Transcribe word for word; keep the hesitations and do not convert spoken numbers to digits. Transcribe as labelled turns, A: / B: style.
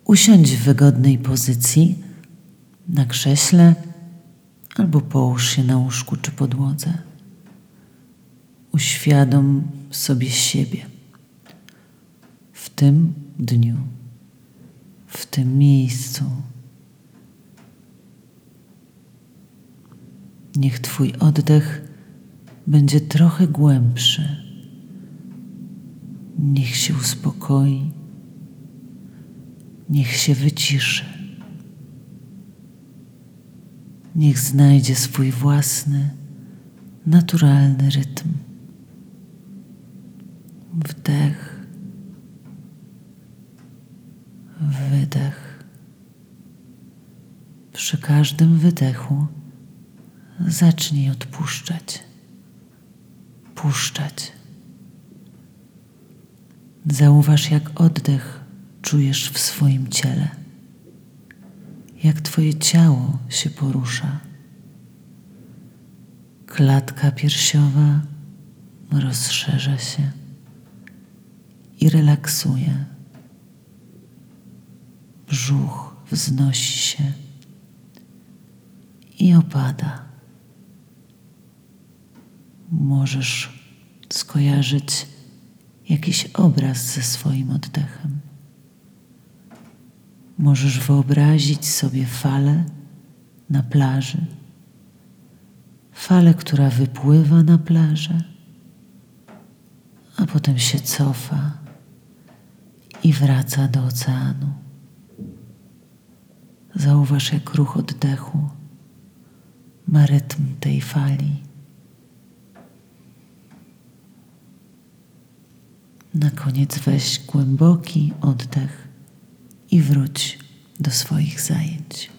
A: Usiądź w wygodnej pozycji na krześle albo połóż się na łóżku czy podłodze. Uświadom sobie siebie w tym dniu, w tym miejscu. Niech Twój oddech będzie trochę głębszy. Niech się uspokoi. Niech się wyciszy. Niech znajdzie swój własny, naturalny rytm. Wdech, wydech. Przy każdym wydechu zacznij odpuszczać, puszczać. Zauważ, jak oddech czujesz w swoim ciele, jak Twoje ciało się porusza. Klatka piersiowa rozszerza się i relaksuje. Brzuch wznosi się i opada. Możesz skojarzyć jakiś obraz ze swoim oddechem. Możesz wyobrazić sobie falę na plaży, falę, która wypływa na plażę, a potem się cofa i wraca do oceanu. Zauważ, jak ruch oddechu ma rytm tej fali. Na koniec weź głęboki oddech i wróć do swoich zajęć.